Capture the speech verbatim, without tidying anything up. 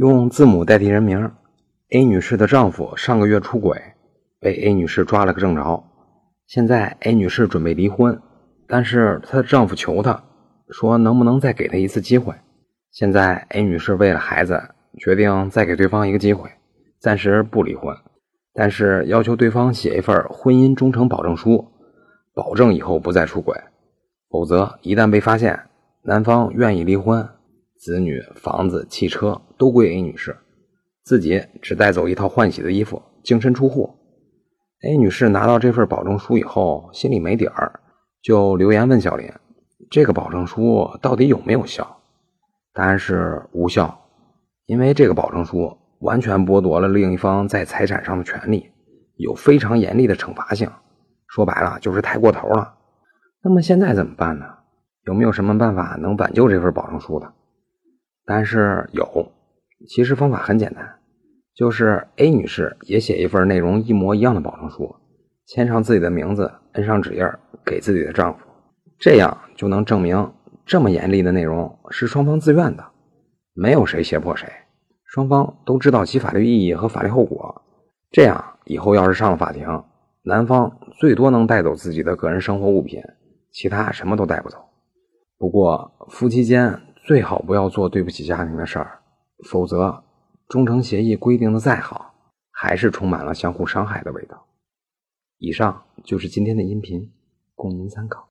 用字母代替人名。 A 女士的丈夫上个月出轨，被 A 女士抓了个正着。现在 A 女士准备离婚，但是她的丈夫求她，说能不能再给她一次机会。现在 A 女士为了孩子，决定再给对方一个机会，暂时不离婚，但是要求对方写一份婚姻忠诚保证书，保证以后不再出轨，否则一旦被发现，男方愿意离婚，子女、房子、汽车都归 A 女士，自己只带走一套换洗的衣服，净身出户。 A 女士拿到这份保证书以后心里没底儿，就留言问小林，这个保证书到底有没有效？答案是无效，因为这个保证书完全剥夺了另一方在财产上的权利，有非常严厉的惩罚性，说白了就是太过头了。那么现在怎么办呢？有没有什么办法能挽救这份保证书的？答案是有，其实方法很简单，就是 A 女士也写一份内容一模一样的保证书，签上自己的名字，摁上指印给自己的丈夫，这样就能证明这么严厉的内容是双方自愿的，没有谁胁迫谁，双方都知道其法律意义和法律后果。这样以后要是上了法庭，男方最多能带走自己的个人生活物品，其他什么都带不走。不过夫妻间最好不要做对不起家庭的事儿，否则忠诚协议规定的再好，还是充满了相互伤害的味道。以上就是今天的音频，供您参考。